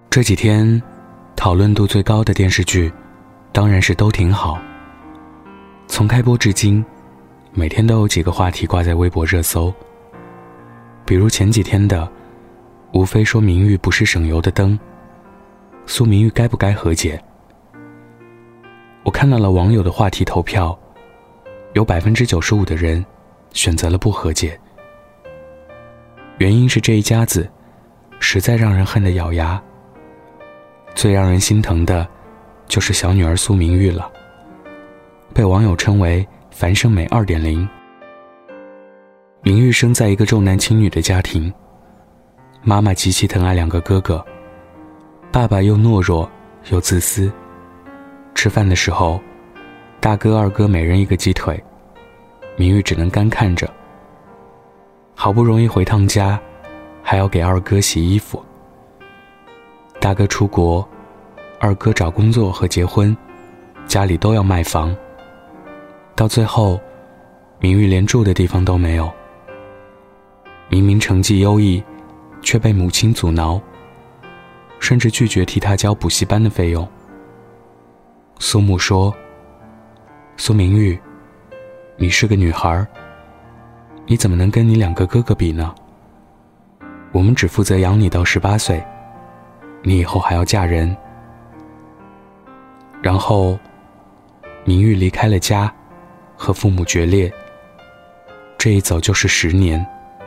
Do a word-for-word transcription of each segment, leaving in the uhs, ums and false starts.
这几天讨论度最高的电视剧当然是都挺好。从开播至今，每天都有几个话题挂在微博热搜，比如前几天的无非说明玉不是省油的灯，苏明玉该不该和解。我看到了网友的话题投票，有 百分之九十五 的人选择了不和解，原因是这一家子实在让人恨得咬牙。最让人心疼的就是小女儿苏明玉了，被网友称为樊胜美 二点零。 明玉生在一个重男轻女的家庭，妈妈极其疼爱两个哥哥，爸爸又懦弱又自私。吃饭的时候，大哥二哥每人一个鸡腿，明玉只能干看着。好不容易回趟家，还要给二哥洗衣服。大哥出国，二哥找工作和结婚，家里都要卖房。到最后，明玉连住的地方都没有。明明成绩优异，却被母亲阻挠，甚至拒绝替他交补习班的费用。苏母说：“苏明玉，你是个女孩，你怎么能跟你两个哥哥比呢？我们只负责养你到十八岁，你以后还要嫁人。”然后，明玉离开了家，和父母决裂。这一走就是十年。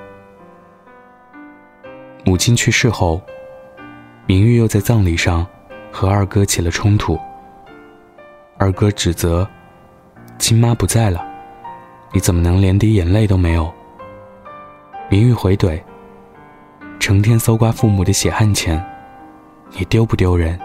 母亲去世后，明玉又在葬礼上和二哥起了冲突。二哥指责：“亲妈不在了，你怎么能连滴眼泪都没有？”明玉回怼：“成天搜刮父母的血汗钱，你丢不丢人？”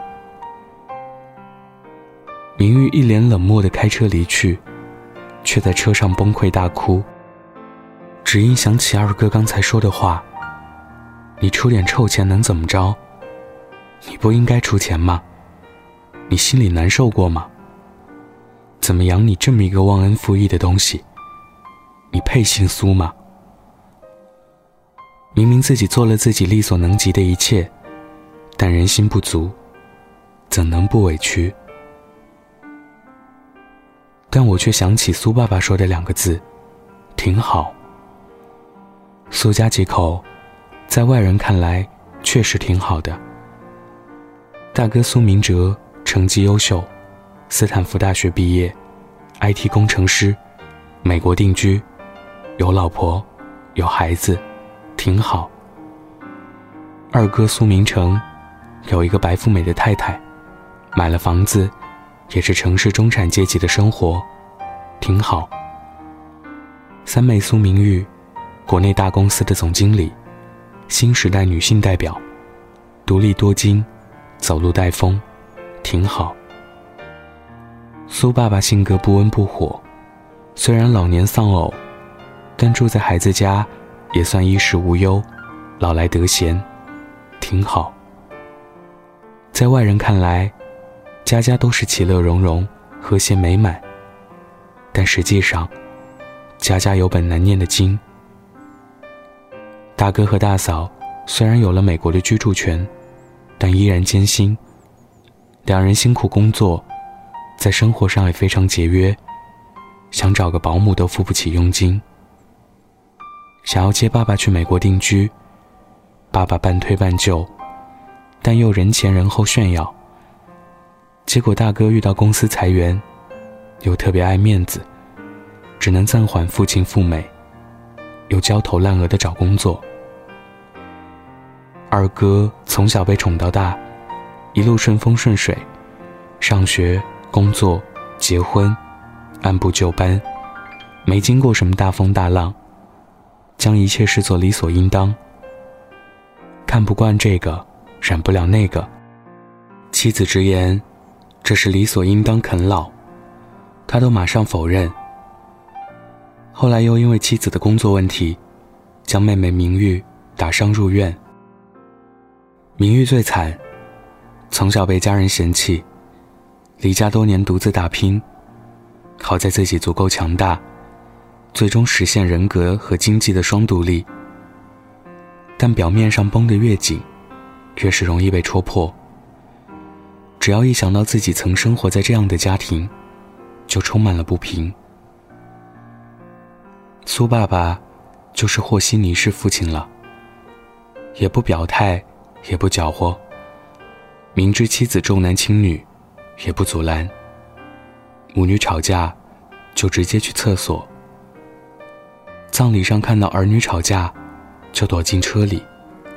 明玉一脸冷漠地开车离去，却在车上崩溃大哭，只因想起二哥刚才说的话：“你出点臭钱能怎么着？你不应该出钱吗？你心里难受过吗？怎么养你这么一个忘恩负义的东西？你配姓苏吗？”明明自己做了自己力所能及的一切，但人心不足，怎能不委屈？但我却想起苏爸爸说的两个字：挺好。苏家几口在外人看来确实挺好的。大哥苏明哲成绩优秀，斯坦福大学毕业， I T 工程师，美国定居，有老婆有孩子，挺好。二哥苏明成有一个白富美的太太，买了房子，也是城市中产阶级的生活，挺好。三妹苏明玉，国内大公司的总经理，新时代女性代表，独立多金，走路带风，挺好。苏爸爸性格不温不火，虽然老年丧偶，但住在孩子家也算衣食无忧，老来得闲，挺好。在外人看来，家家都是其乐融融，和谐美满，但实际上家家有本难念的经。大哥和大嫂虽然有了美国的居住权，但依然艰辛。两人辛苦工作，在生活上也非常节约，想找个保姆都付不起佣金。想要接爸爸去美国定居，爸爸半推半就，但又人前人后炫耀。结果大哥遇到公司裁员，又特别爱面子，只能暂缓父亲赴美，又焦头烂额地找工作。二哥从小被宠到大，一路顺风顺水，上学、工作、结婚，按部就班，没经过什么大风大浪，将一切视作理所应当。看不惯这个，染不了那个。妻子直言，这是理所应当啃老，他都马上否认。后来又因为妻子的工作问题，将妹妹明玉打伤入院。明玉最惨，从小被家人嫌弃，离家多年独自打拼，好在自己足够强大，最终实现人格和经济的双独立。但表面上绷得越紧，越是容易被戳破。 只要一想到自己曾生活在这样的家庭，就充满了不平。苏爸爸就是和稀泥式父亲了，也不表态，也不搅和，明知妻子重男轻女，也不阻拦。母女吵架就直接去厕所，葬礼上看到儿女吵架就躲进车里。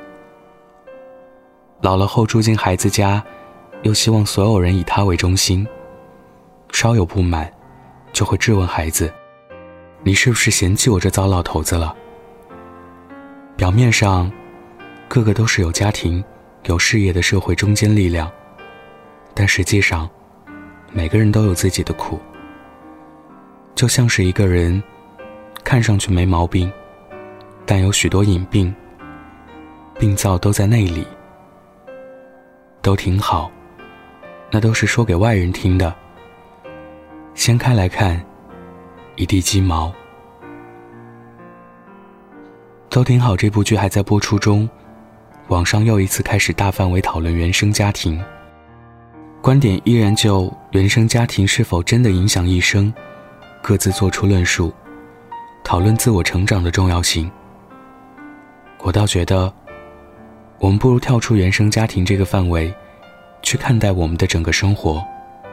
老了后住进孩子家，又希望所有人以他为中心，稍有不满就会质问孩子，你是不是嫌弃我这糟老头子了？表面上个个都是有家庭有事业的社会中坚力量，但实际上每个人都有自己的苦。就像是一个人看上去没毛病，但有许多隐病，病灶都在内里。都挺好，那都是说给外人听的，掀开来看，一地鸡毛。都挺好这部剧还在播出中，网上又一次开始大范围讨论原生家庭，观点依然就原生家庭是否真的影响一生各自做出论述，讨论自我成长的重要性。我倒觉得我们不如跳出原生家庭这个范围，去看待我们的整个生活。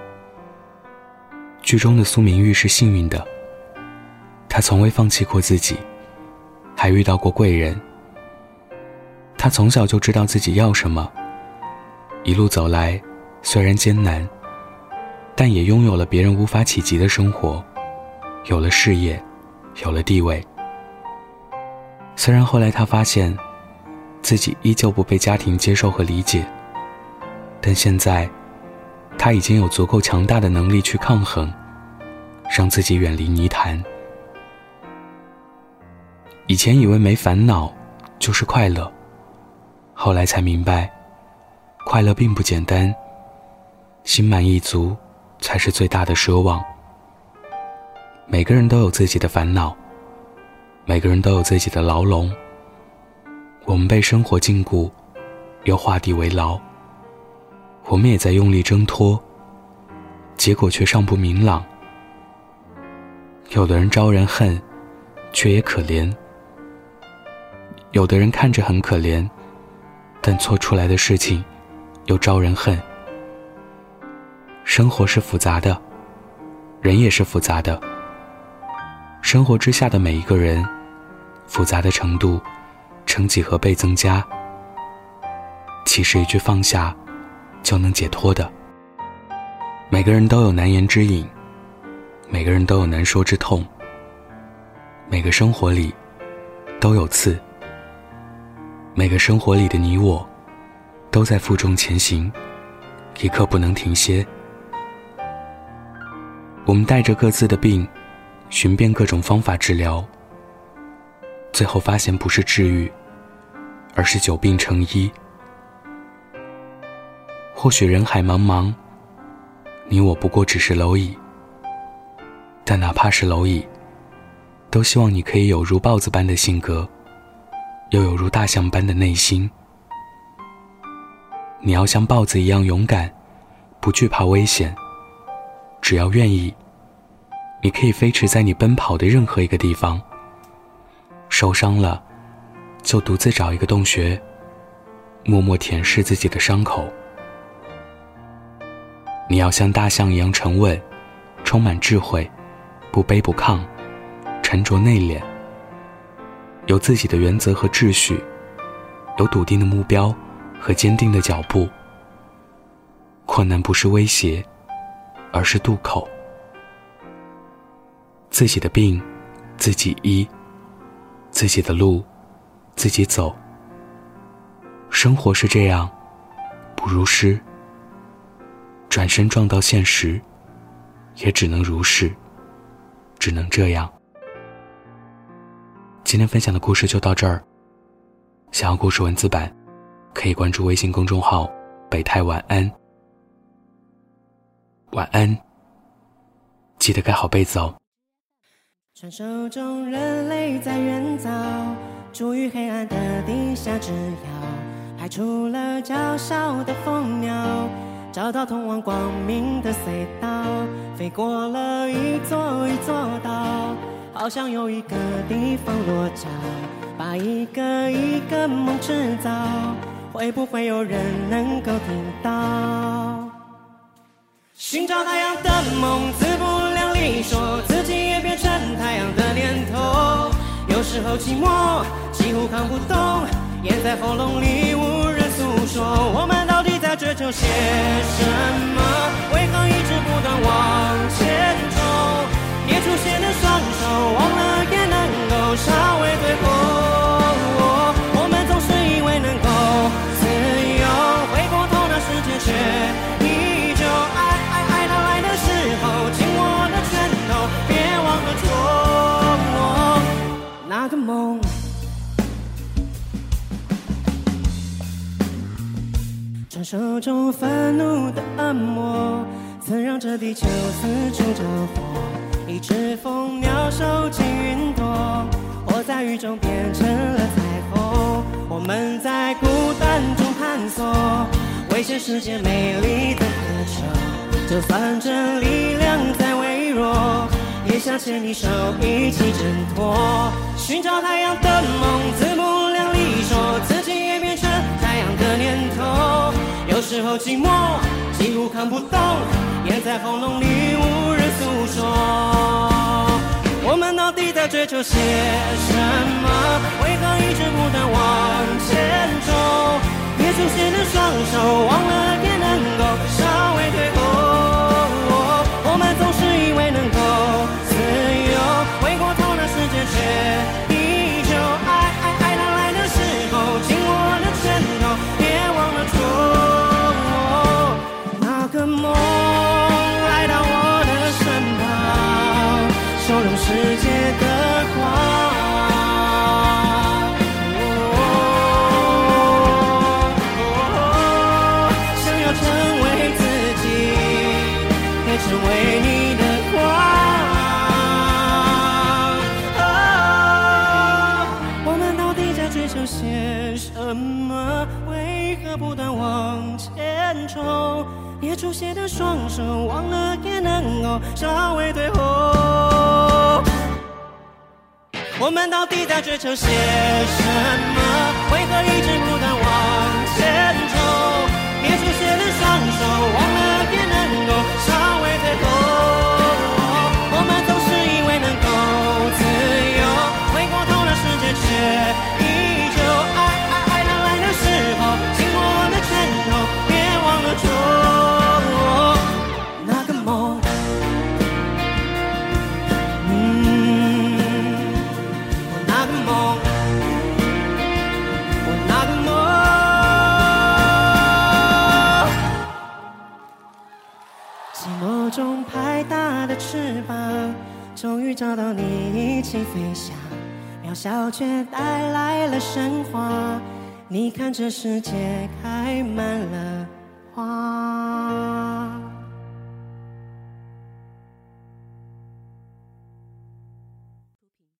剧中的苏明玉是幸运的，她从未放弃过自己，还遇到过贵人。她从小就知道自己要什么，一路走来，虽然艰难，但也拥有了别人无法企及的生活，有了事业，有了地位。虽然后来她发现自己依旧不被家庭接受和理解，但现在他已经有足够强大的能力去抗衡，让自己远离泥潭。以前以为没烦恼就是快乐，后来才明白，快乐并不简单，心满意足才是最大的奢望。每个人都有自己的烦恼，每个人都有自己的牢笼，我们被生活禁锢，又画地为牢。我们也在用力挣脱，结果却尚不明朗。有的人招人恨，却也可怜；有的人看着很可怜，但做出来的事情又招人恨。生活是复杂的，人也是复杂的。生活之下的每一个人，复杂的程度呈几何倍增加，其实一句放下就能解脱的。每个人都有难言之隐，每个人都有难说之痛，每个生活里都有刺，每个生活里的你我都在负重前行，一刻不能停歇。我们带着各自的病，寻遍各种方法治疗，最后发现不是治愈，而是久病成医。或许人海茫茫，你我不过只是蝼蚁，但哪怕是蝼蚁，都希望你可以有如豹子般的性格，又有如大象般的内心。你要像豹子一样勇敢，不惧怕危险，只要愿意，你可以飞驰在你奔跑的任何一个地方。受伤了，就独自找一个洞穴，默默舔舐自己的伤口。你要像大象一样沉稳，充满智慧，不卑不亢，沉着内敛，有自己的原则和秩序，有笃定的目标和坚定的脚步。困难不是威胁，而是渡口。自己的病自己医，自己的路自己走。生活是这样，不如诗，转身撞到现实，也只能如是，只能这样。今天分享的故事就到这儿，想要故事文字版，可以关注微信公众号北太晚安。晚安，记得盖好被子哦。 传说中人类在远早，处于黑暗的地下之遥，排除了较少的蜂鸟， 找到通往光明的隧道，飞过了一座一座岛，好像有一个地方落脚，把一个一个梦制造，会不会有人能够听到？寻找太阳的梦，自不量力，说自己也变成太阳的念头。有时候寂寞几乎扛不动，咽在喉咙里无人诉说。我们到底在追求些什么？为何一直不断往前冲？也出现的双手，忘了也能够稍微退后。我们总是以为能够自由，回过头那世界却依旧爱爱爱到来的时候，紧握的拳头，别忘了戳那个梦。传说中愤怒的恶魔，曾让这地球四处着火，一只蜂鸟收集云朵，火在雨中变成了彩虹。我们在孤单中探索，危险世界美丽的渴求。就算这力量再微弱，也想牵你手一起挣脱。寻找太阳的梦，自不量力，说自己也变成太阳的念头。有时候寂寞几乎扛不动，咽在喉咙里无人诉说。我们到底在追求些什么？为何一直不断往前冲？也出现的双手，忘了也能够稍微退后。我们总是以为能够自由，回过头那世界却依旧爱爱爱到来的时候，紧握的拳头，别忘了戳。那个梦来到我的身旁，收容世界的光。成为你的光、哦、我们到底在追求些什么？为何不断往前冲？也出现的双手，忘了也能够稍微退后。我们到底在追求些什么？为何一直不断往前冲？也出现的双手，忘了也能够稍微退后。我们总是以为能够自由，回过头那世界却依旧爱爱爱到来的时候，紧握的拳头，别忘了戳那个梦。嗯，我那个梦，我那个梦。寂寞中拍打的翅膀，终于找到你一起飞翔，渺小却带来了神话。你看这世界开满了花。